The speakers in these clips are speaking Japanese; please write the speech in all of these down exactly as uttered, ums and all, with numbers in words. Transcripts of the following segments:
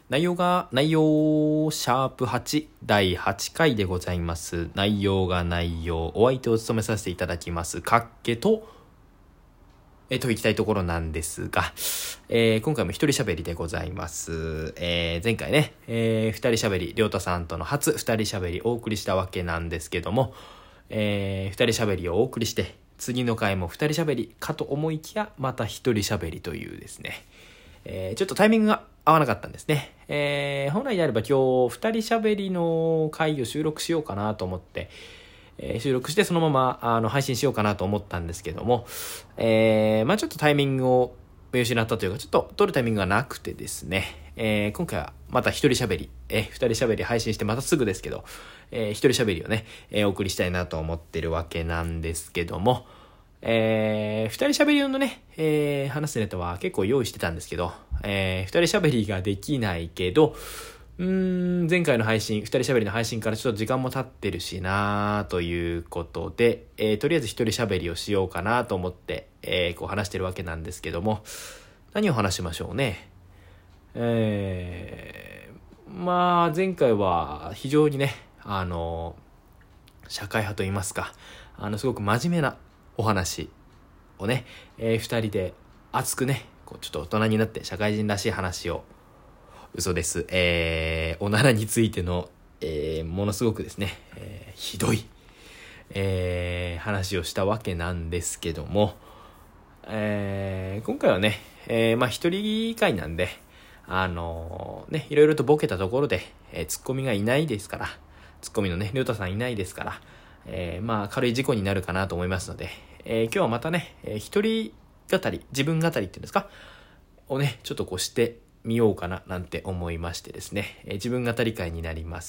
内容が、内容、シャープはち、だいはちかいでございます。内容が内容、お相手を務めさせていただきます、かっけと、えといきたいところなんですが、えー、今回も一人喋りでございます。えー、前回ね、えー、二人喋り、りょうたさんとの初二人喋りお送りしたわけなんですけども、えー、二人喋りをお送りして、次の回も二人喋りかと思いきや、また一人喋りというですね、えー、ちょっとタイミングが合わなかったんですね。えー、本来であれば今日二人喋りの回を収録しようかなと思って、えー、収録してそのままあの配信しようかなと思ったんですけども、えー、まあちょっとタイミングを見失ったというか、ちょっと撮るタイミングがなくてですね、えー、今回はまた一人喋り、えー、二人喋り配信してまたすぐですけど、えー、一人喋りをね、えー、お送りしたいなと思ってるわけなんですけども、えー、二人喋り用のね、えー、話すネタは結構用意してたんですけど、えー、二人喋りができないけど、うーん、前回の配信、二人喋りの配信からちょっと時間も経ってるしなということで、えー、とりあえず一人喋りをしようかなと思って、えー、こう話してるわけなんですけども、何を話しましょうね。えー、まあ、前回は非常にね、あの、社会派と言いますか、あの、すごく真面目なお話をね、えー、二人で熱くね、こうちょっと大人になって社会人らしい話を、嘘です。えー、おならについての、えー、ものすごくですね、えー、ひどい、えー、話をしたわけなんですけども、えー、今回はね、えー、まあ一人会なんで、あのー、ね、いろいろとボケたところで、えー、ツッコミがいないですから、ツッコミのね、りょうたさんいないですから、えー、まあ軽い事故になるかなと思いますので、えー、今日はまたね、えー、一人語り、自分語りっていうんですか、をね、ちょっとこうしてみようかななんて思いましてですね、えー、自分語り会になります。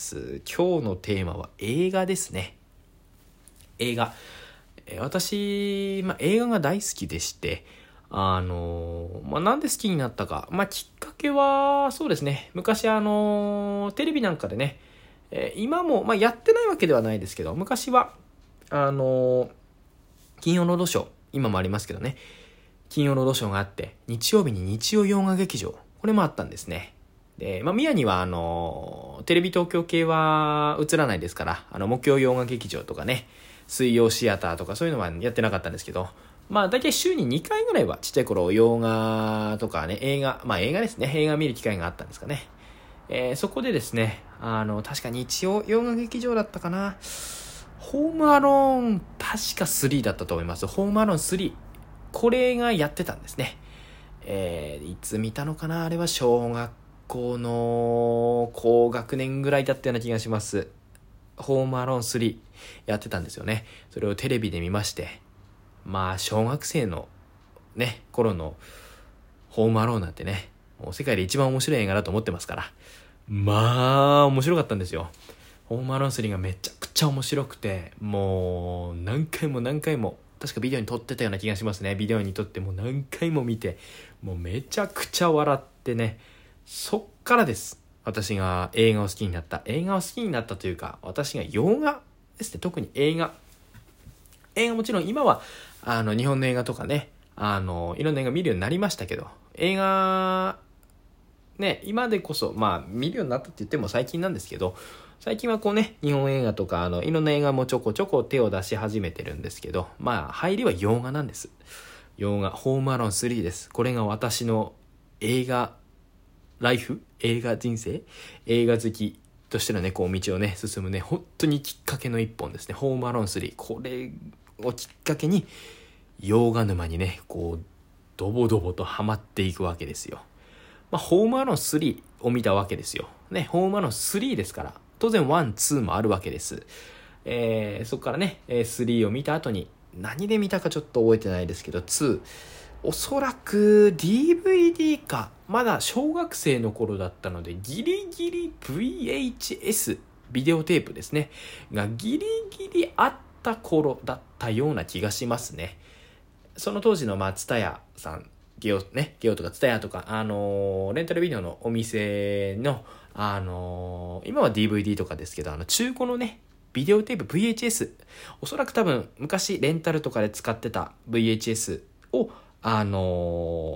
今日のテーマは映画ですね。映画。えー、私、まあ、映画が大好きでして、あのー、まあ、なんで好きになったか。まあ、きっかけは、そうですね。昔あのー、テレビなんかでね、えー、今も、まあ、やってないわけではないですけど、昔は、あのー、金曜ロードショー、今もありますけどね、金曜ロードショーがあって、日曜日に日曜洋画劇場、これもあったんですね。で、まあ、宮には、あの、テレビ東京系は映らないですから、あの、木曜洋画劇場とかね、水曜シアターとかそういうのはやってなかったんですけど、まあ、だいたい週ににかいぐらいは、ちっちゃい頃、洋画とかね、映画、まあ、映画ですね、映画見る機会があったんですかね。えー、そこでですね、あの、確か日曜洋画劇場だったかな、ホームアローン、確かスリーだったと思います。ホームアローンスリー。これがやってたんですね。えー、いつ見たのかな、あれは小学校の高学年ぐらいだったような気がします。ホームアローンスリーやってたんですよね。それをテレビで見まして、まあ小学生のね頃のホームアローンなんてね、もう世界で一番面白い映画だと思ってますから、まあ面白かったんですよ。ホームアローンスリーがめちゃくちゃ面白くて、もう何回も何回も、確かビデオに撮ってたような気がしますね。ビデオに撮ってもう何回も見て、もうめちゃくちゃ笑ってね、そっからです。私が映画を好きになった。映画を好きになったというか、私が洋画ですね。特に映画。映画もちろん今は、あの、日本の映画とかね、あの、いろんな映画見るようになりましたけど、映画、ね、今でこそ、まあ、見るようになったって言っても最近なんですけど、最近はこうね、日本映画とか、あの、いろんな映画もちょこちょこ手を出し始めてるんですけど、まあ、入りは洋画なんです。洋画、ホームアローンスリーです。これが私の映画、ライフ映画人生映画好きとしてのね、こう、道をね、進むね、本当にきっかけの一本ですね。ホームアローンスリー。これをきっかけに、洋画沼にね、こう、ドボドボとハマっていくわけですよ。まあ、ホームアローンスリーを見たわけですよ。ね、ホームアローンスリーですから、当然ワン、ツーもあるわけです。えー、そこからね、スリーを見た後に、何で見たかちょっと覚えてないですけど、ツー、おそらく ディーブイディー か、まだ小学生の頃だったので、ギリギリ ブイエイチエス、ビデオテープですね、がギリギリあった頃だったような気がしますね。その当時の、まあ、ツタヤさん、ゲオね、ゲオとかツタヤとか、あのー、レンタルビデオのお店の、あのー、今は ディーブイディー とかですけど、あの、中古のね、ビデオテープ ブイエイチエス、おそらく多分、昔レンタルとかで使ってた ブイエイチエス を、あの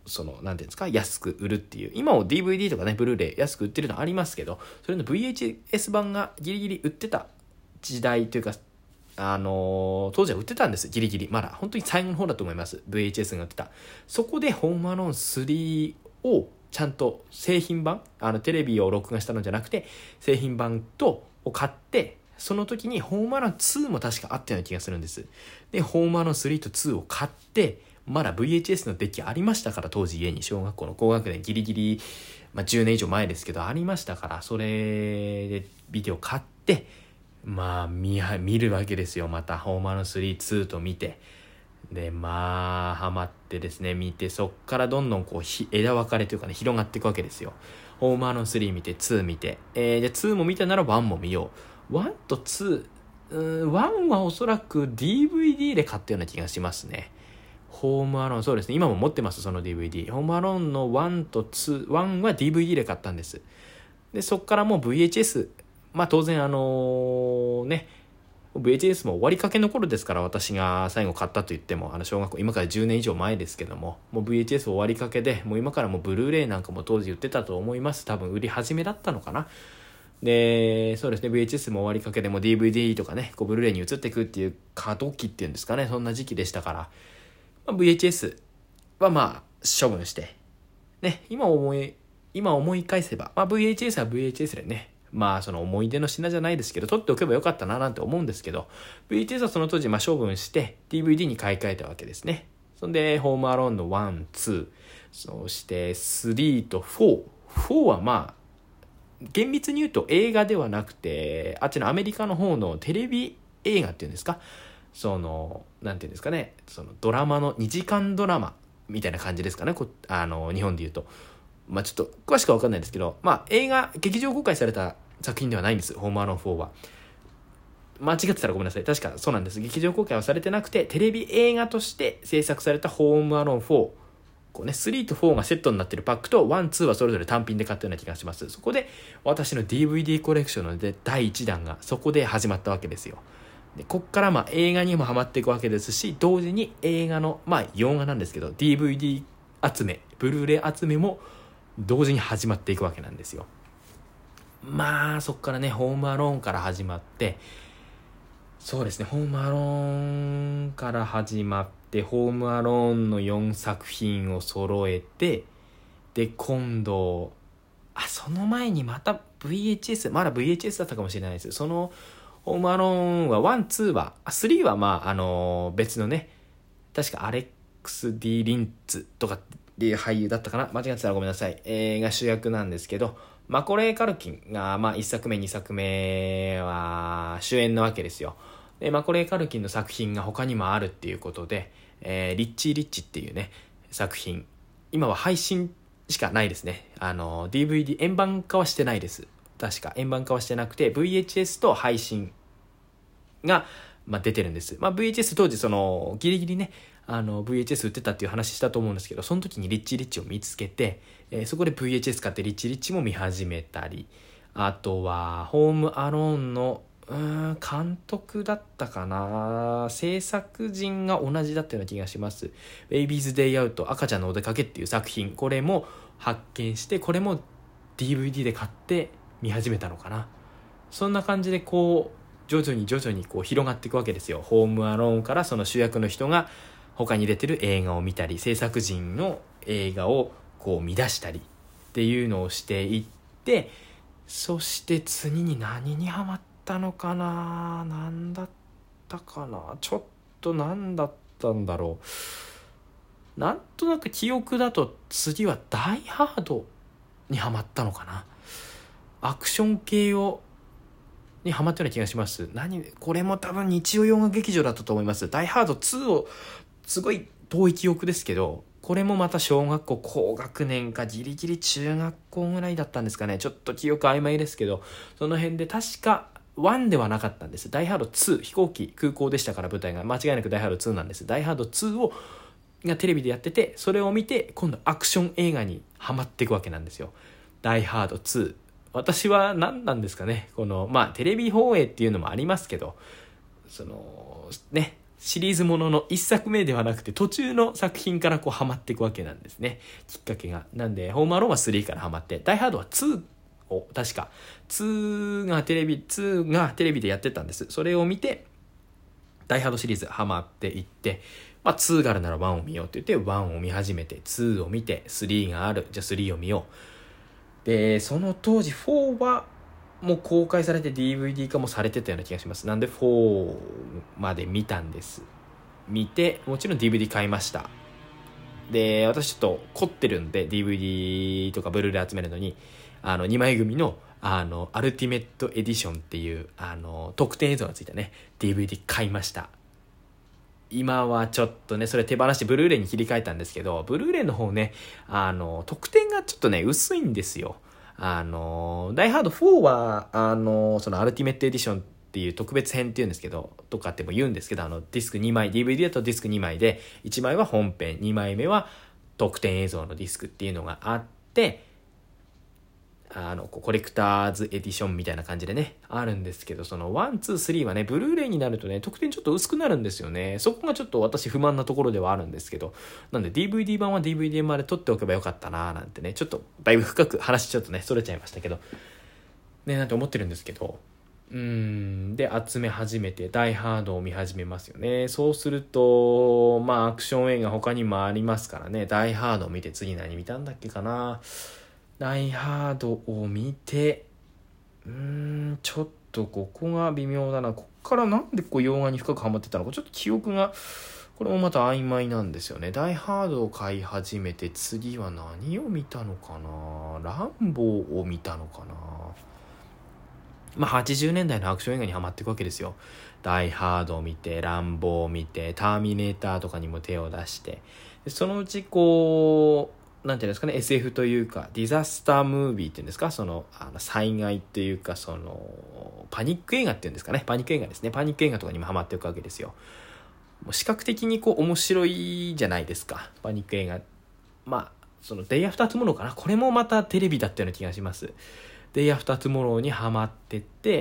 そのなんていうんですか、安く売るっていう、今も ディーブイディー とかねブルーレイ安く売ってるのありますけど、それの ブイエイチエス 版がギリギリ売ってた時代というか、あのー、当時は売ってたんです。ギリギリまだ本当に最後の方だと思います。 ブイエイチエス が売ってた。そこでホームアローンスリーをちゃんと製品版、あのテレビを録画したのじゃなくて製品版とを買って、その時にホームアローンツーも確かあったような気がするんです。でホームアローンスリーとツーを買って、まだ ブイエイチエス のデッキありましたから、当時家に小学校の高学年ギリギリ、まあ、じゅうねん以上前ですけどありましたから、それでビデオ買ってまあ 見, 見るわけですよ。またホームアローンスリー、ツーと見て、でまあハマってですね、見て、そっからどんどんこう枝分かれというかね広がっていくわけですよ。ホームアローンスリー見て、ツー見て、えー、でツーも見たならワンも見よう。ワンとツー、うーんワンはおそらく ディーブイディー で買ったような気がしますね。ホームアローン、そうですね、今も持ってます、その ディーブイディー。ホームアローンのワンとツー、ワンは ディーブイディー で買ったんです。でそっからもう ブイエイチエス、まあ当然あのー、ね ブイエイチエス も終わりかけの頃ですから、私が最後買ったと言ってもあの小学校、今からじゅうねん以上前ですけども、もう ブイエイチエス 終わりかけで、もう今からもうブルーレイなんかも当時売ってたと思います。多分売り始めだったのかな。でそうですね、 ブイエイチエス も終わりかけでも ディーブイディー とかねこうブルーレイに移っていくっていう過渡期っていうんですかね、そんな時期でしたから、まあ、ブイエイチエス はまあ処分してね、今思い今思い返せば、まあ、ブイエイチエス は ブイエイチエス でね、まあその思い出の品じゃないですけど取っておけばよかったななんて思うんですけど、 ブイエイチエス はその当時まあ処分して ディーブイディー に買い替えたわけですね。そんでホームアローンのワン、ツー、そしてスリーとフォー、フォーはまあ厳密に言うと映画ではなくて、あっちのアメリカの方のテレビ映画っていうんですか、そのなんていうんですかね、そのドラマのにじかんドラマみたいな感じですかね、こあの日本で言うと、まあちょっと詳しくは分かんないですけど、まあ映画劇場公開された作品ではないんです、ホームアローンフォーは。間違ってたらごめんなさい、確かそうなんです。劇場公開はされてなくてテレビ映画として制作されたホームアローンフォー、こうね、スリーとフォーがセットになっているパックとワン、ツーはそれぞれ単品で買ったような気がします。そこで私の ディーブイディー コレクションのでだいいちだんがそこで始まったわけですよ。でこっからまあ映画にもハマっていくわけですし、同時に映画のまあ洋画なんですけど ディーブイディー 集め、ブルーレイ集めも同時に始まっていくわけなんですよ。まあそっからねホームアローンから始まって、そうですね、ホームアローンから始まってホームアローンのよんさく品を揃えて、で今度あその前にまた ブイエイチエス、 まだ ブイエイチエス だったかもしれないです。そのホームアローンはワン、ツーはスリーはまああの別のね、確かアレックス・ディ・リンツとかっていう俳優だったかな、間違ってたらごめんなさい、えー、が主役なんですけど、マコレー・カルキンがまあいっさくめにさくめは主演なわけですよ。でマコレー・カルキンの作品が他にもあるっていうことで、えー、リッチー・リッチっていうね作品、今は配信しかないですね。あの ディーブイディー 円盤化はしてないです。確か円盤化はしてなくて ブイエイチエス と配信が、まあ、出てるんです。まあ、ブイエイチエス 当時そのギリギリねあの ブイエイチエス 売ってたっていう話したと思うんですけど、その時にリッチリッチを見つけて、えー、そこで ブイエイチエス 買ってリッチリッチも見始めたり、あとはホームアローンのうーん監督だったかな、制作人が同じだったような気がします。ベイビーズデイアウト、赤ちゃんのお出かけっていう作品、これも発見して、これも ディーブイディー で買って見始めたのかな。そんな感じでこう徐々に徐々にこう広がっていくわけですよ。ホームアローンからその主役の人が他に出てる映画を見たり、制作人の映画をこう見出したりっていうのをしていって、そして次に何にハマったのかな、何だったかな、ちょっと何だったんだろう、なんとなく記憶だと次はダイハードにハマったのかな。アクション系をにハマったような気がします。何これも多分日曜洋画劇場だったと思います。ダイハードツーをすごい遠い記憶ですけど、これもまた小学校高学年かギリギリ中学校ぐらいだったんですかね、ちょっと記憶曖昧ですけど、その辺で確かワンではなかったんです。ダイハードツー、飛行機空港でしたから、舞台が間違いなくダイハードツーなんです。ダイハードツーをがテレビでやってて、それを見て今度アクション映画にハマっていくわけなんですよ。ダイハードツー、私は何なんですかね、このまあテレビ放映っていうのもありますけど、そのねシリーズものの一作目ではなくて途中の作品からこうハマっていくわけなんですね、きっかけが。なんでホームアローンはスリーからハマって、ダイハードはツーを確かツーがテレビツーがテレビでやってたんです。それを見てダイハードシリーズハマっていって、まあ、ツーがあるならワンを見ようって言ってワンを見始めて、ツーを見てスリーがある、じゃあスリーを見よう。でその当時フォーはもう公開されて ディーブイディー 化もされてたような気がします。なんでフォーまで見たんです。見てもちろん ディーブイディー 買いました。で私ちょっと凝ってるんで ディーブイディー とかブルーレイ集めるのにあのにまい組のあのアルティメットエディションっていうあの特典映像がついたね ディーブイディー 買いました。今はちょっとねそれ手放してブルーレイに切り替えたんですけど、ブルーレイの方ねあの特典がちょっとね薄いんですよ。あのダイハードフォーはあのそのアルティメットエディションっていう特別編っていうんですけどとかっても言うんですけど、あのディスクにまい ディーブイディー だとディスクにまいでいちまいは本編、にまいめは特典映像のディスクっていうのがあって、あのコレクターズエディションみたいな感じでねあるんですけど、そのいち、に、さんはねブルーレイになるとね特典ちょっと薄くなるんですよね。そこがちょっと私不満なところではあるんですけど、なんで ディーブイディー 版は ディーブイディー まで撮っておけばよかったななんてね、ちょっとだいぶ深く話ちょっとねそれちゃいましたけどね、なんて思ってるんですけど、うーんで集め始めてダイハードを見始めますよね。そうするとまあアクション映画他にもありますからね、ダイハードを見て次何見たんだっけかな、ダイハードを見てうーんちょっとここが微妙だな、こっからなんでこう洋画に深くハマってたのかちょっと記憶がこれもまた曖昧なんですよね。ダイハードを買い始めて次は何を見たのかな、ランボーを見たのかな。まあはちじゅうねんだいのアクション映画にハマっていくわけですよ。ダイハードを見てランボーを見てターミネーターとかにも手を出して、そのうちこうなんていうんですかね エスエフ というかディザスタームービーっていうんですか、そのあの災害っていうかそのパニック映画っていうんですかね、パニック映画ですね、パニック映画とかにもハマっていくわけですよ。もう視覚的にこう面白いじゃないですかパニック映画。まあそのデイアフタートゥモローかな、これもまたテレビだったような気がします。デイアフタートゥモローにハマってって、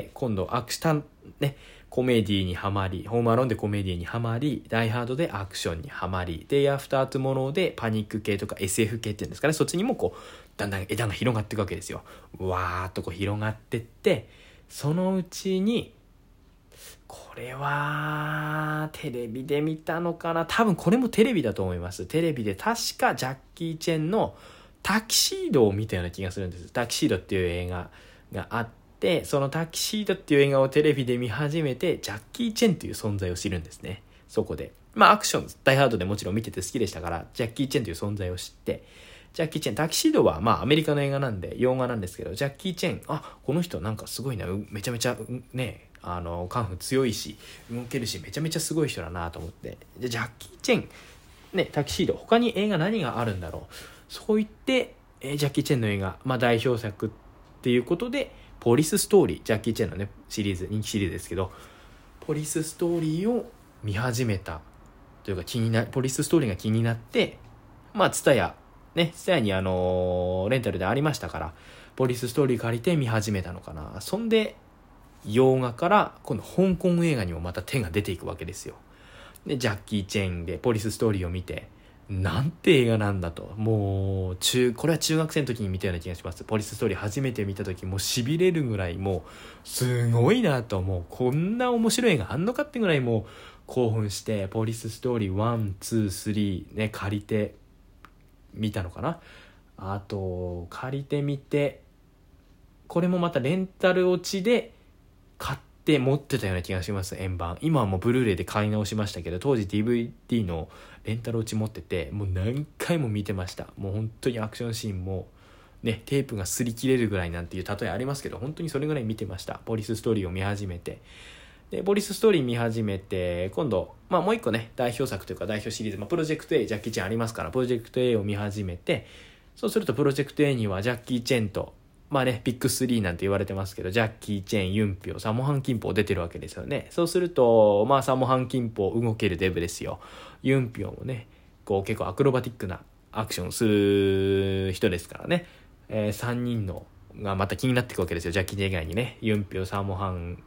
今度アクションねコメディにハマり、ホームアローンでコメディにハマり、ダイハードでアクションにハマり、デイアフタートゥモローでパニック系とか エスエフ 系っていうんですかね、そっちにもこうだんだん枝が広がっていくわけですよ。わーっとこう広がってって、そのうちにこれはテレビで見たのかな、多分これもテレビだと思います。テレビで確かジャッキー・チェンのタキシードを見たような気がするんです。タキシードっていう映画があって、そのタキシードっていう映画をテレビで見始めてジャッキー・チェンという存在を知るんですね。そこでまあアクションダイハードでもちろん見てて好きでしたから、ジャッキー・チェンという存在を知って、ジャッキー・チェンタキシードはまあアメリカの映画なんで洋画なんですけど、ジャッキー・チェンあこの人なんかすごいな、めちゃめちゃねあのカンフー強いし動けるしめちゃめちゃすごい人だなと思って、でジャッキー・チェンねタキシード他に映画何があるんだろう、そう言って、えー、ジャッキー・チェンの映画、まあ、代表作っていうことでポリスストーリー、ジャッキー・チェンのねシリーズ人気シリーズですけど、ポリスストーリーを見始めたというか気になポリスストーリーが気になって、まあツタヤねツタヤにあのー、レンタルでありましたからポリスストーリー借りて見始めたのかな。そんで洋画から今度香港映画にもまた手が出ていくわけですよ。でジャッキー・チェンでポリスストーリーを見て、なんて映画なんだと、もう中これは中学生の時に見たような気がします。ポリスストーリー初めて見た時もう痺れるぐらいもうすごいなと、もうこんな面白い映画あんのかってぐらいもう興奮して、ポリスストーリーワン、ツー、スリーね借りて見たのかな。あと借りてみて、これもまたレンタル落ちで買って持ってたような気がします。円盤今はもうブルーレイで買い直しましたけど、当時 ディーブイディー のレンタル落ち持っててもう何回も見てました。もう本当にアクションシーンもねテープが擦り切れるぐらいなんていう例えありますけど、本当にそれぐらい見てました。ポリスストーリーを見始めて、でポリスストーリー見始めて今度、まあ、もう一個ね代表作というか代表シリーズ、まあ、プロジェクト A ジャッキー・チェンありますから、プロジェクト A を見始めて、そうするとプロジェクト A にはジャッキー・チェンとまあねビッグスリーなんて言われてますけど、ジャッキー・チェン、ユンピョウ、サモハン・キンポ出てるわけですよね。そうするとまあサモハン・キンポ動けるデブですよ。ユンピョウもねこう結構アクロバティックなアクションする人ですからね、えー、さんにんのがまた気になっていくわけですよ。ジャッキー・チェン以外にねユンピョウ、サモハン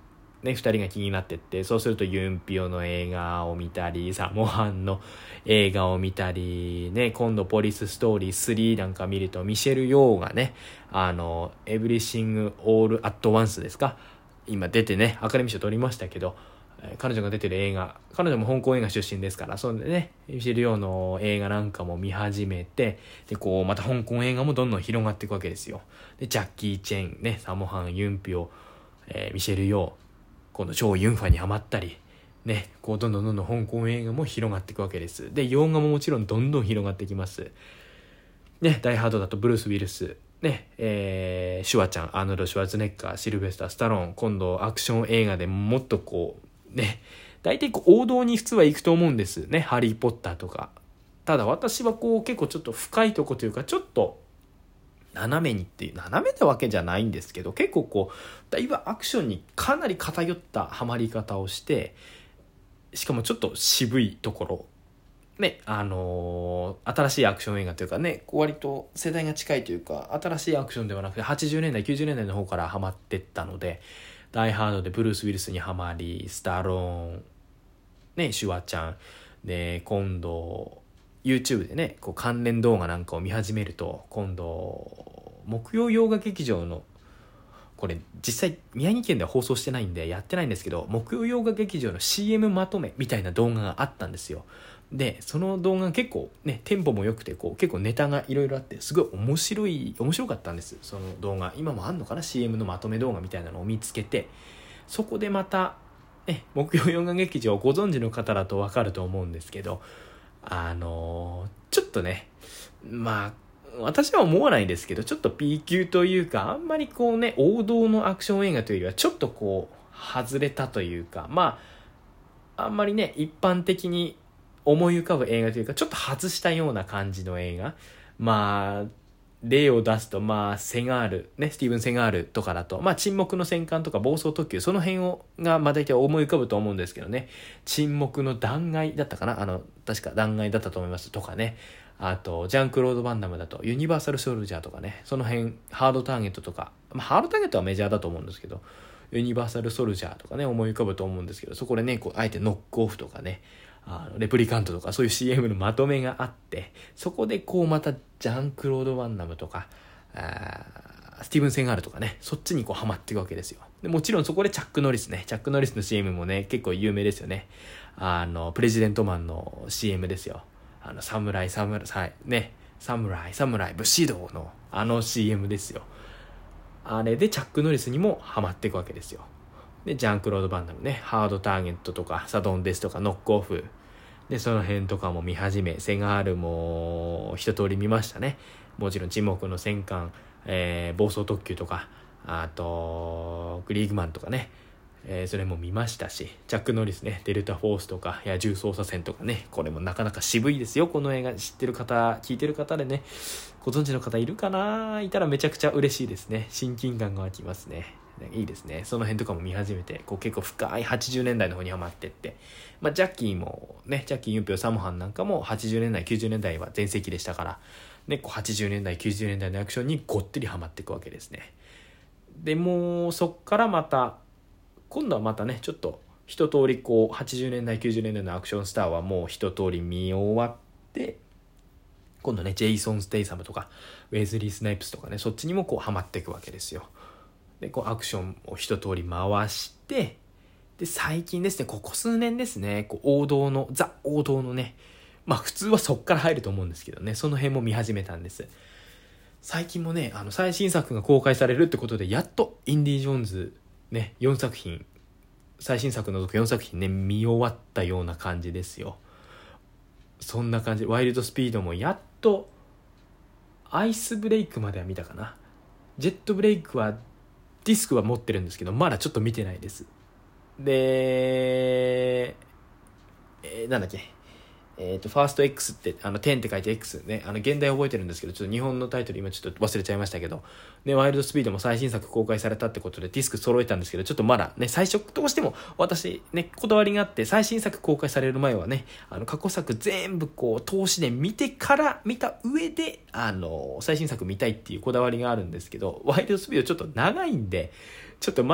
ね、二人が気になってって、そうするとユンピョの映画を見たり、サモハンの映画を見たり、ね、今度ポリスストーリースリーなんか見ると、ミシェル・ヨーがね、あの、エブリシング・オール・アット・ワンスですか、今出てね、アカデミー賞取りましたけど、彼女が出てる映画、彼女も香港映画出身ですから、そんでね、ミシェル・ヨーの映画なんかも見始めて、で、こう、また香港映画もどんどん広がっていくわけですよ。で、ジャッキー・チェン、ね、サモハン、ユンピョ、えー、ミシェル・ヨー、今度超ユンファにハマったり、ね、こうどんどんどんどん香港映画も広がっていくわけです。で、洋画ももちろんどんどん広がっていきます。ね、ダイハードだとブルース・ウィルス、ね、えー、シュワちゃん、アーノルド・シュワルツェネッガー、シルベスター・スタローン、今度アクション映画でもっとこう、ね、大体こう王道に普通は行くと思うんですね、ハリー・ポッターとか。ただ私はこう結構ちょっと深いとこというか、ちょっと斜めにっていう、斜めってわけじゃないんですけど、結構こうだいぶアクションにかなり偏ったハマり方をして、しかもちょっと渋いところね、あのー、新しいアクション映画というかね、割と世代が近いというか、新しいアクションではなくてはちじゅうねんだいきゅうじゅうねんだいの方からハマってったので、ダイハードでブルース・ウィルスにハマり、スタローン、ね、シュワちゃんで、今度 YouTube でね、こう関連動画なんかを見始めると、今度木曜洋画劇場の、これ実際宮城県では放送してないんでやってないんですけど、木曜洋画劇場の シーエム まとめみたいな動画があったんですよ。でその動画結構ね、テンポも良くて、こう結構ネタがいろいろあって、すごい面白い面白かったんです。その動画今もあんのかな、 シーエム のまとめ動画みたいなのを見つけて、そこでまたね、木曜洋画劇場をご存知の方だと分かると思うんですけど、あのー、ちょっとね、まあ私は思わないですけど、ちょっと ピー 級というか、あんまりこうね、王道のアクション映画というよりはちょっとこう外れたというか、まああんまりね、一般的に思い浮かぶ映画というか、ちょっと外したような感じの映画。まあ例を出すと、まあセガールね、スティーブン・セガールとかだと、まあ沈黙の戦艦とか暴走特急、その辺をがまあ大体思い浮かぶと思うんですけどね、沈黙の断崖だったかな、あの確か断崖だったと思いますとかね、あとジャンクロード・バンダムだとユニバーサル・ソルジャーとかね、その辺ハードターゲットとか、まあハードターゲットはメジャーだと思うんですけど、ユニバーサル・ソルジャーとかね、思い浮かぶと思うんですけど、そこでね、こうあえてノックオフとかね、あのレプリカントとかそういう シーエム のまとめがあって、そこでこうまたジャンクロード・バンダムとかあスティーブン・セガールとかね、そっちにこうハマっていくわけですよ。でもちろんそこでチャック・ノリスね、チャック・ノリスの シーエム もね結構有名ですよね。あのプレジデントマンの シーエム ですよ。あのサムライサムライね、サムライサムライ武士道のあの シーエム ですよ。あれでチャック・ノリスにもハマっていくわけですよ。でジャンクロード・バンダムね、ハードターゲットとかサドンデスとかノックオフで、その辺とかも見始め、セガールも一通り見ましたね。もちろん沈黙の戦艦、えー、暴走特急とか、あとグリーグマンとかね、えー、それも見ましたし、チャック・ノリスね、デルタ・フォースとか野獣捜査線とかね、これもなかなか渋いですよ。この映画知ってる方、聞いてる方でね、ご存知の方いるかな、いたらめちゃくちゃ嬉しいですね。親近感が湧きますね。いいですね。その辺とかも見始めて、こう結構深いはちじゅうねんだいの方にハマってって、まあ、ジャッキーもね、ジャッキー、ユンピョ、サモハンなんかもはちじゅうねんだいきゅうじゅうねんだいは全盛期でしたから、ね、こうはちじゅうねんだいきゅうじゅうねんだいのアクションにごってりハマっていくわけですね。でもうそっからまた今度はまたね、ちょっと一通りこうはちじゅうねんだいきゅうじゅうねんだいのアクションスターはもう一通り見終わって、今度ねジェイソン・ステイサムとかウェズリー・スナイプスとかね、そっちにもこうハマっていくわけですよ。でこうアクションを一通り回して、で最近ですね、ここ数年ですね、こう王道のザ王道のね、まあ普通はそっから入ると思うんですけどね、その辺も見始めたんです。最近もね、あの最新作が公開されるってことで、やっとインディ・ジョーンズねよんさく品、最新作の続よんさく品ね見終わったような感じですよ。そんな感じ。ワイルドスピードもやっとアイスブレイクまでは見たかな。ジェットブレイクはディスクは持ってるんですけど、まだちょっと見てないです。で、えー、なんだっけ、えっとファースト X ってあのじゅうって書いて X ね、あの現代覚えてるんですけど、ちょっと日本のタイトル今ちょっと忘れちゃいましたけどね、ワイルドスピードも最新作公開されたってことでディスク揃えたんですけど、ちょっとまだね、最初どうしても私ねこだわりがあって、最新作公開される前はね、あの過去作全部こう投資で見てから見た上であの最新作見たいっていうこだわりがあるんですけど、ワイルドスピードちょっと長いんで、ちょっとまだ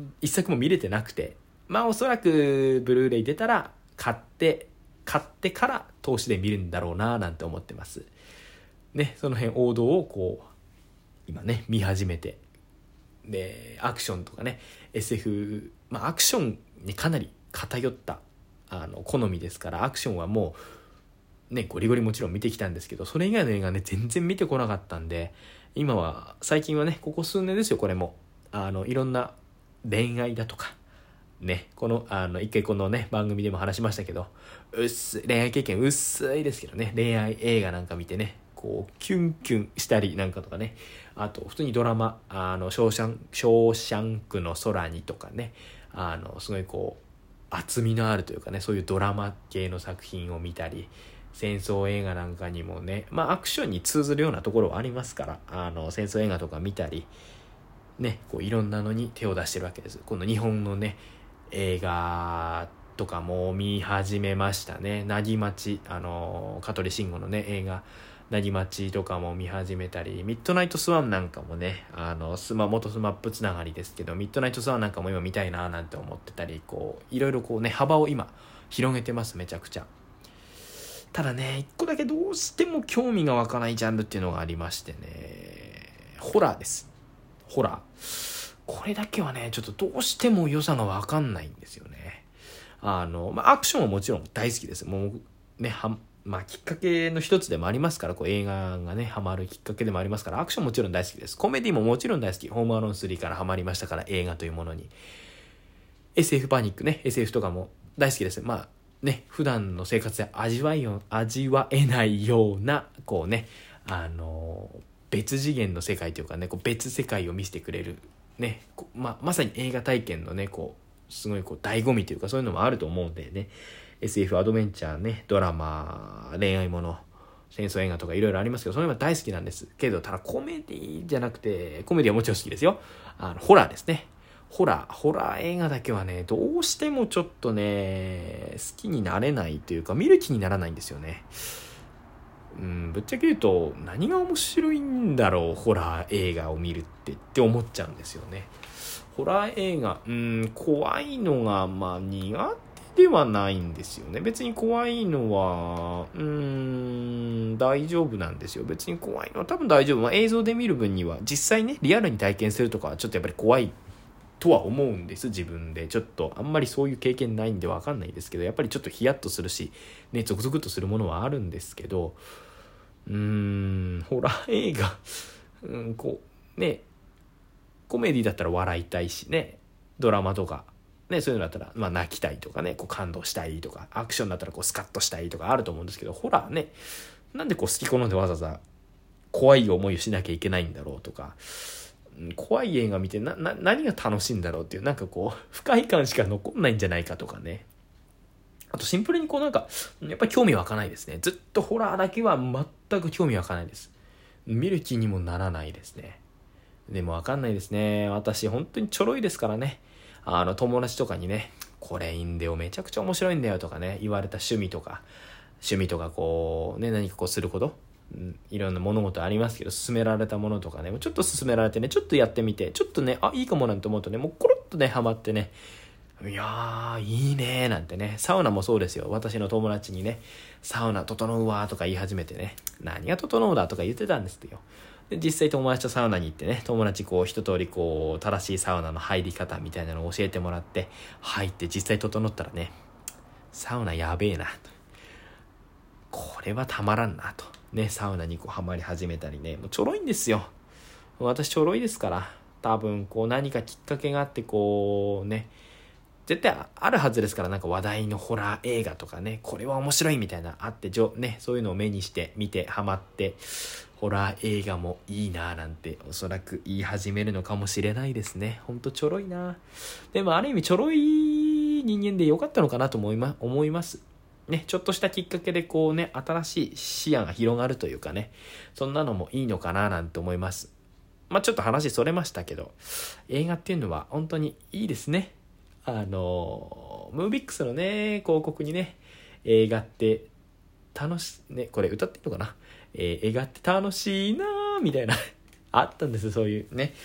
一作も見れてなくて、まあおそらくブルーレイ出たら買って買ってから投資で見るんだろうななんて思ってますね。その辺王道をこう今ね見始めて、でアクションとかね エスエフ、まあアクションにかなり偏ったあの好みですから、アクションはもうねゴリゴリもちろん見てきたんですけど、それ以外の映画ね全然見てこなかったんで、今は最近はねここ数年ですよ、これもあのいろんな恋愛だとかね、このあの一回このね番組でも話しましたけど、薄い恋愛経験薄いですけどね、恋愛映画なんか見てねこうキュンキュンしたりなんかとかね、あと普通にドラマ、あのショーシャンショーシャンクの空にとかね、あのすごいこう厚みのあるというかね、そういうドラマ系の作品を見たり、戦争映画なんかにもね、まあアクションに通ずるようなところはありますから、あの戦争映画とか見たりね、こういろんなのに手を出してるわけです。この日本のね映画とかも見始めましたね。なぎまち、あの香取慎吾のね映画なぎまちとかも見始めたり、ミッドナイトスワンなんかもね、あのスマ元スマップつながりですけど、ミッドナイトスワンなんかも今見たいななんて思ってたり、こういろいろこうね幅を今広げてます、めちゃくちゃ。ただね一個だけどうしても興味が湧かないジャンルっていうのがありましてね、ホラーです。ホラー、これだけはねちょっとどうしても良さが分かんないんですよね。あの、まあ、アクションはもちろん大好きです。もうねは、まあ、きっかけの一つでもありますから、こう映画がねハマるきっかけでもありますから、アクションもちろん大好きです。コメディももちろん大好き。ホームアローンスリーからハマりましたから、映画というものに。 エスエフ パニックね エスエフ とかも大好きです。まあね普段の生活で味わいよ味わえないようなこうねあの別次元の世界というかね、こう別世界を見せてくれるね、ままさに映画体験のねこうすごいこう醍醐味というか、そういうのもあると思うんでね、 エスエフ アドベンチャーね、ドラマ、恋愛もの、戦争映画とかいろいろありますけど、それは大好きなんですけど、ただコメディじゃなくて、コメディはもちろん好きですよ。あのホラーですね。ホラーホラー映画だけはねどうしてもちょっとね好きになれないというか、見る気にならないんですよね。うん、ぶっちゃけ言うと何が面白いんだろうホラー映画を見るってって思っちゃうんですよね。ホラー映画、うん、怖いのがまあ苦手ではないんですよね。別に怖いのはうーん大丈夫なんですよ。別に怖いのは多分大丈夫、まあ、映像で見る分には、実際ねリアルに体験するとかはちょっとやっぱり怖いとは思うんです。自分でちょっとあんまりそういう経験ないんで分かんないですけど、やっぱりちょっとヒヤッとするしね、ゾクゾクっとするものはあるんですけど、うーんホラー映画、うん、こうねコメディだったら笑いたいしね、ドラマとかねそういうのだったらまあ泣きたいとかね、こう感動したいとか、アクションだったらこうスカッとしたいとかあると思うんですけど、ホラーねなんでこう好き好んでわざわざ怖い思いをしなきゃいけないんだろうとか、怖い映画見てなな何が楽しいんだろうっていう、なんかこう不快感しか残んないんじゃないかとかね。あとシンプルにこうなんかやっぱり興味湧かないですね。ずっとホラーだけは全く興味湧かないです。見る気にもならないですね。でもわかんないですね。私本当にちょろいですからね。あの友達とかにねこれいいんだよめちゃくちゃ面白いんだよとかね言われた趣味とか趣味とかこうね何かこうすることうん、いろんな物事ありますけど、勧められたものとかねちょっと勧められてねちょっとやってみてちょっとねあいいかもなんて思うとねもうコロッとねハマってね、いやーいいねーなんてね。サウナもそうですよ。私の友達にねサウナ整うわーとか言い始めてね、何が整うだとか言ってたんですよ。で実際友達とサウナに行ってね、友達こう一通りこう正しいサウナの入り方みたいなのを教えてもらって入って実際整ったらね、サウナやべえなと、これはたまらんなとね、サウナにこうハマり始めたりね、もうちょろいんですよ。私ちょろいですから、多分こう何かきっかけがあってこうね、絶対あるはずですから、なんか話題のホラー映画とかね、これは面白いみたいなあってね、そういうのを目にして見てハマって、ホラー映画もいいななんておそらく言い始めるのかもしれないですね。ほんとちょろいな。でもある意味ちょろい人間でよかったのかなと思いま、思いますね。ちょっとしたきっかけでこうね新しい視野が広がるというかね、そんなのもいいのかななんて思います。まあちょっと話それましたけど、映画っていうのは本当にいいですね。あのムービックスのね広告にね、映画って楽しね、これ歌っていいのかな、えー、映画って楽しいなみたいなあったんです。そういうね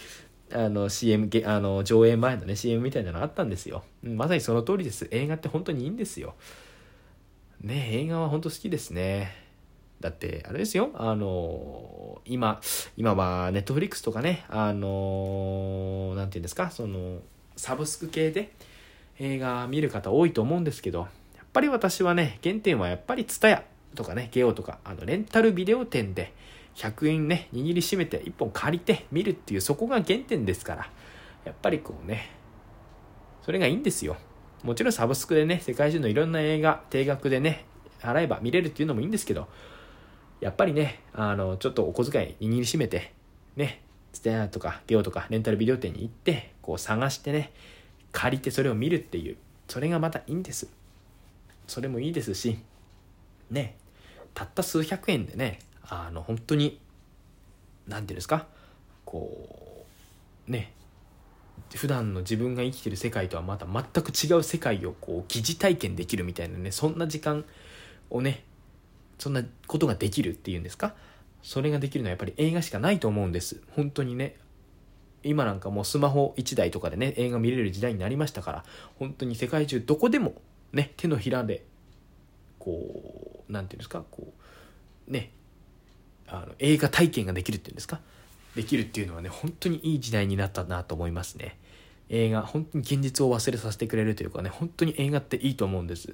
あの シーエム あの上映前のね シーエム みたいなのあったんですよ。まさにその通りです。映画って本当にいいんですよね。映画は本当好きですね。だってあれですよ、あの今今はネットフリックスとかね、あのなんていうんですか、そのサブスク系で映画見る方多いと思うんですけど、やっぱり私はね、原点はやっぱりツタヤとかね、ゲオとか、あのレンタルビデオ店でひゃくえんね握りしめていっぽん借りて見るっていう、そこが原点ですから、やっぱりこうね、それがいいんですよ。もちろんサブスクでね、世界中のいろんな映画定額でね払えば見れるっていうのもいいんですけど、やっぱりね、あのちょっとお小遣い握りしめてね、ツタヤとかゲオとかレンタルビデオ店に行ってこう探してね、借りてそれを見るっていう、それがまたいいんです。それもいいですしね、たった数百円でね、あの本当になんていうんですか、こうね、普段の自分が生きてる世界とはまた全く違う世界をこう疑似体験できるみたいなね、そんな時間をね、そんなことができるっていうんですか、それができるのはやっぱり映画しかないと思うんです。本当にね、今なんかもうスマホいちだいとかでね映画見れる時代になりましたから、本当に世界中どこでもね、手のひらでこうなんていうんですか、こうね、あの映画体験ができるっていうんですか、できるっていうのはね、本当にいい時代になったなと思いますね。映画本当に現実を忘れさせてくれるというかね、本当に映画っていいと思うんです。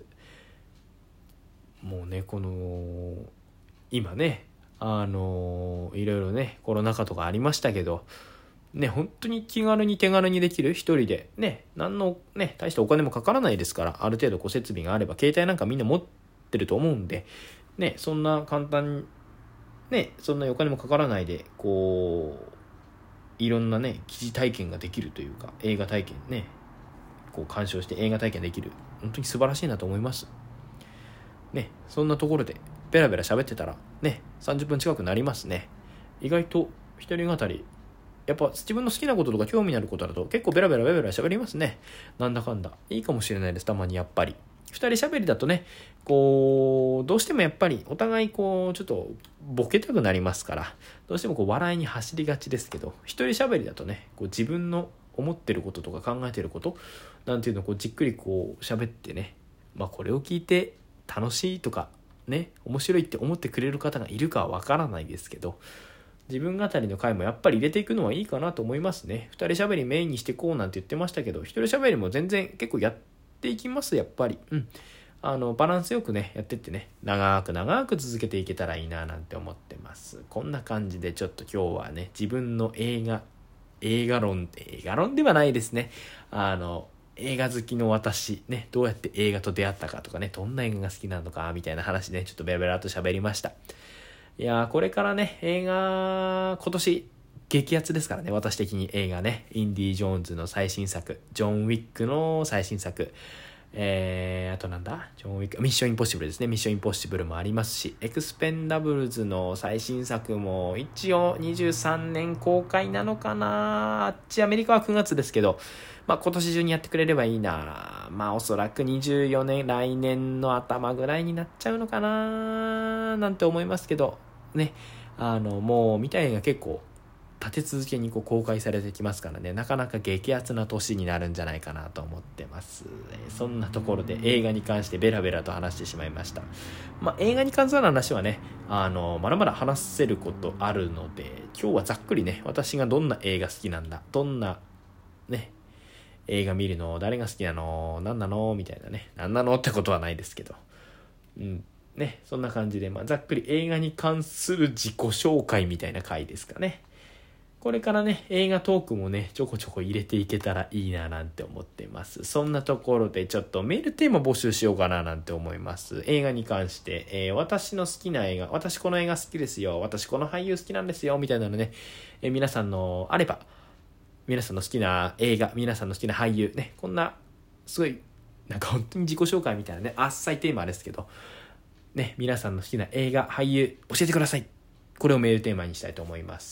もうね、この今ね、あのいろいろねコロナ禍とかありましたけどね、本当に気軽に手軽にできる、一人でね、何のね大したお金もかからないですから、ある程度こう設備があれば、携帯なんかみんな持ってると思うんでね、そんな簡単にね、そんなお金もかからないでこういろんなね疑似体験ができるというか、映画体験ね、こう鑑賞して映画体験できる、本当に素晴らしいなと思いますね。そんなところでベラベラ喋ってたらね、さんじゅっぷん近くなりますね。意外と一人語り、やっぱ自分の好きなこととか興味のあることだと結構ベラベラベラベラ喋りますね。なんだかんだいいかもしれないです。たまにやっぱり二人喋りだとね、こうどうしてもやっぱりお互いこうちょっとボケたくなりますから、どうしてもこう笑いに走りがちですけど、一人喋りだとね、こう自分の思ってることとか考えてることなんていうのをこうじっくりこう喋ってね、まあこれを聞いて楽しいとかね、面白いって思ってくれる方がいるかはわからないですけど、自分語りの回もやっぱり入れていくのはいいかなと思いますね。二人喋りメインにしてこうなんて言ってましたけど、一人喋りも全然結構やっていきます。やっぱりうん、あのバランスよくねやってってね、長く長く続けていけたらいいななんて思ってます。こんな感じでちょっと今日はね、自分の映画映画論映画論ではないですね、あの映画好きの私ね、どうやって映画と出会ったかとかね、どんな映画が好きなのかみたいな話ね、ちょっとベラベラと喋りました。いやー、これからね映画今年激アツですからね、私的に映画ね、インディ・ジョーンズの最新作、ジョン・ウィックの最新作、えー、あとなんだ、ジョン・ウィック、ミッション・インポッシブルですね、ミッション・インポッシブルもありますし、エクスペンダブルズの最新作も一応にじゅうさんねん公開なのかな、あっちアメリカはくがつですけど、まあ今年中にやってくれればいいな。まあおそらくにじゅうよねん、来年の頭ぐらいになっちゃうのかななんて思いますけどね、あのもう見たい映画結構立て続けにこう公開されてきますからね、なかなか激アツな年になるんじゃないかなと思ってます。そんなところで映画に関してベラベラと話してしまいました。まあ映画に関する話はね、あのまだまだ話せることあるので、今日はざっくりね、私がどんな映画好きなんだ、どんなね映画見るの、誰が好きなの、何なのみたいなね、何なのってことはないですけど、うんね、そんな感じで、まあ、ざっくり映画に関する自己紹介みたいな回ですかね。これからね映画トークもねちょこちょこ入れていけたらいいななんて思ってます。そんなところでちょっとメールテーマ募集しようかななんて思います。映画に関して、えー、私の好きな映画、私この映画好きですよ、私この俳優好きなんですよみたいなのね、えー、皆さんのあれば、皆さんの好きな映画、皆さんの好きな俳優ね、こんなすごいなんか本当に自己紹介みたいなね、あっさいテーマですけどね、皆さんの好きな映画、俳優教えてください。これをメールテーマにしたいと思います。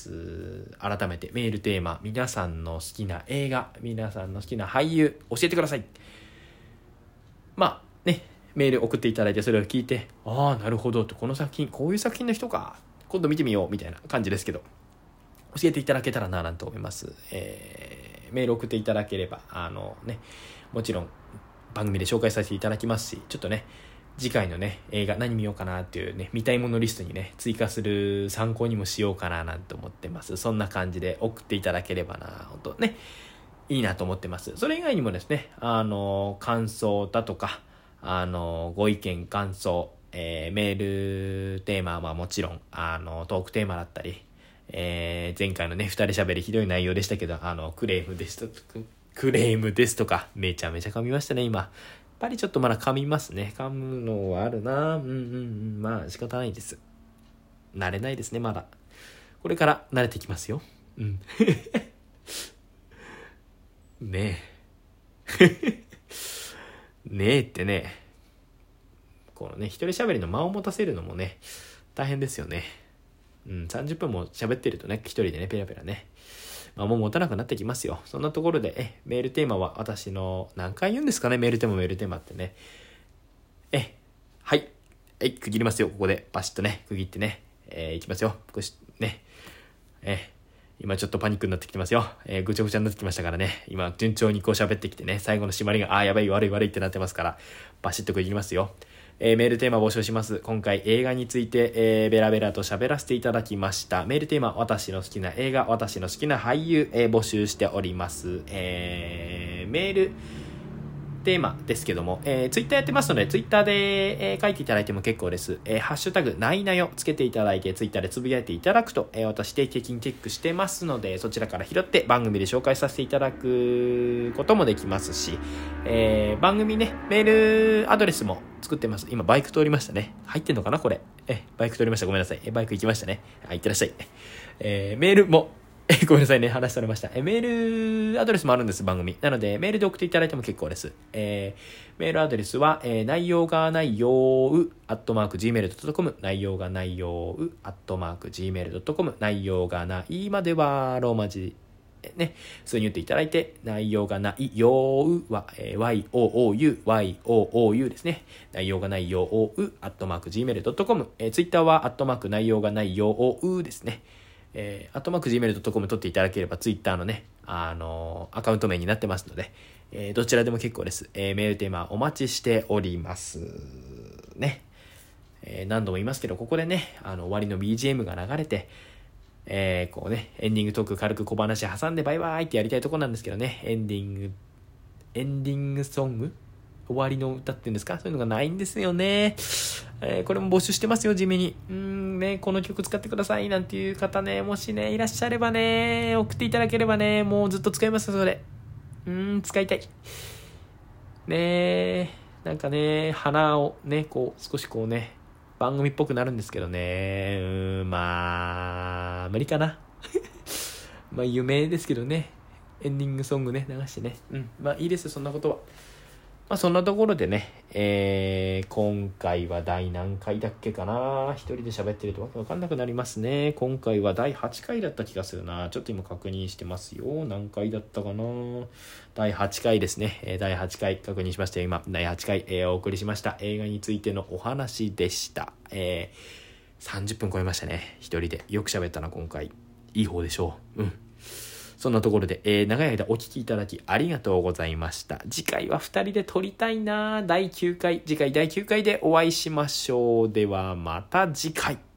改めてメールテーマ、皆さんの好きな映画、皆さんの好きな俳優教えてください。まあね、メール送っていただいて、それを聞いて、ああなるほどと、この作品こういう作品の人か、今度見てみようみたいな感じですけど、 教えていただけたらななんて思います。えー、メール送っていただければ、あのね、もちろん番組で紹介させていただきますし、ちょっとね、次回のね、映画何見ようかなっていうね、見たいものリストにね、追加する参考にもしようかななんて思ってます。そんな感じで送っていただければな、本当ね、いいなと思ってます。それ以外にもですね、あの、感想だとか、あの、ご意見、感想、えー、メールテーマはもちろん、あの、トークテーマだったり、えー、前回のね、二人喋りひどい内容でしたけど、あの、クレームですとか、クレームですとか、めちゃめちゃ噛みましたね、今。やっぱりちょっとまだ噛みますね。噛むのはあるな。うんうんうん。まあ仕方ないです。慣れないですね、まだ。これから慣れてきますよ。うん。ねえ。ねえってね。このね、一人喋りの間を持たせるのもね、大変ですよね。うん、さんじゅっぷんも喋ってるとね、一人でね、ペラペラね。まあ、もう持たなくなってきますよ。そんなところで、え、メールテーマは私の、何回言うんですかね、メールテーマ、メールテーマってね。え、はい。はい、区切りますよ、ここで。バシッとね、区切ってね。えー、いきますよ。少し、ね。えー、今ちょっとパニックになってきてますよ。えー、ぐちゃぐちゃになってきましたからね。今、順調にこう喋ってきてね、最後の締まりが、あー、やばい、悪い、悪いってなってますから、バシッと区切りますよ。えー、メールテーマ募集します。今回映画について、えー、ベラベラと喋らせていただきました。メールテーマ、私の好きな映画、私の好きな俳優、えー、募集しております。えー、メールテーマですけども、えー、ツイッターやってますので、ツイッターで、えー、書いていただいても結構です。えー、ハッシュタグ、ないなよつけていただいて、ツイッターでつぶやいていただくと、えー、私定期的にチェックしてますので、そちらから拾って番組で紹介させていただくこともできますし、えー、番組ね、メールアドレスも作ってます。今、バイク通りましたね。入ってんのかなこれ。え、バイク通りました。ごめんなさい。え、バイク行きましたね。あ、行ってらっしゃい。えー、メールも、え、ごめんなさいね。話されました。え、メールアドレスもあるんです、番組。なので、メールで送っていただいても結構です。えー、メールアドレスは、えー、内容が内容う、アットマーク、ジーメールドットコム、内容が内容う、アットマーク、ジーメールドットコム、内容がないまでは、ローマ字、ね、普通に言っていただいて、内容がないようは、えー、ワイオーオーユー、ワイオーオーユー ですね。内容がないよう、アットマーク、ジーメールドットコム、えー、ツイッターは、アットマーク、内容がないようですね。えー、アットマーク ジーメールドットコム 取っていただければツイッターのね、あのー、アカウント名になってますので、えー、どちらでも結構です。えー、メールテーマお待ちしておりますね。えー、何度も言いますけど、ここでね、あの終わりの ビージーエム が流れて、えー、こうね、エンディングトーク軽く小話挟んでバイバイってやりたいとこなんですけどね、エンディング、エンディングソング終わりの歌っていうんですか、そういうのがないんですよね。えー、これも募集してますよ、地味に。うーんね、この曲使ってくださいなんていう方ね、もしね、いらっしゃればね、送っていただければね、もうずっと使いますよ、それ。うーん、使いたい。ねえ、なんかね、花をね、こう、少しこうね、番組っぽくなるんですけどね、うーん、まあ、無理かな。まあ、夢ですけどね、エンディングソングね、流してね。うん、まあいいですよ、そんなことは。まあそんなところでね、えー、今回は第何回だっけかな。一人で喋ってるとわけわかんなくなりますね。今回はだいはちかいだった気がするな。ちょっと今確認してますよ。何回だったかな。だいはちかいですね。えー、だいはちかい確認しましたよ。今、だいはちかい、えー、お送りしました。映画についてのお話でした。えー、さんじゅっぷん超えましたね。一人で。よく喋ったな、今回。いい方でしょう。うん。そんなところで、えー、長い間お聞きいただきありがとうございました。次回はふたりで撮りたいな。だいきゅうかい、次回だいきゅうかいでお会いしましょう。ではまた次回。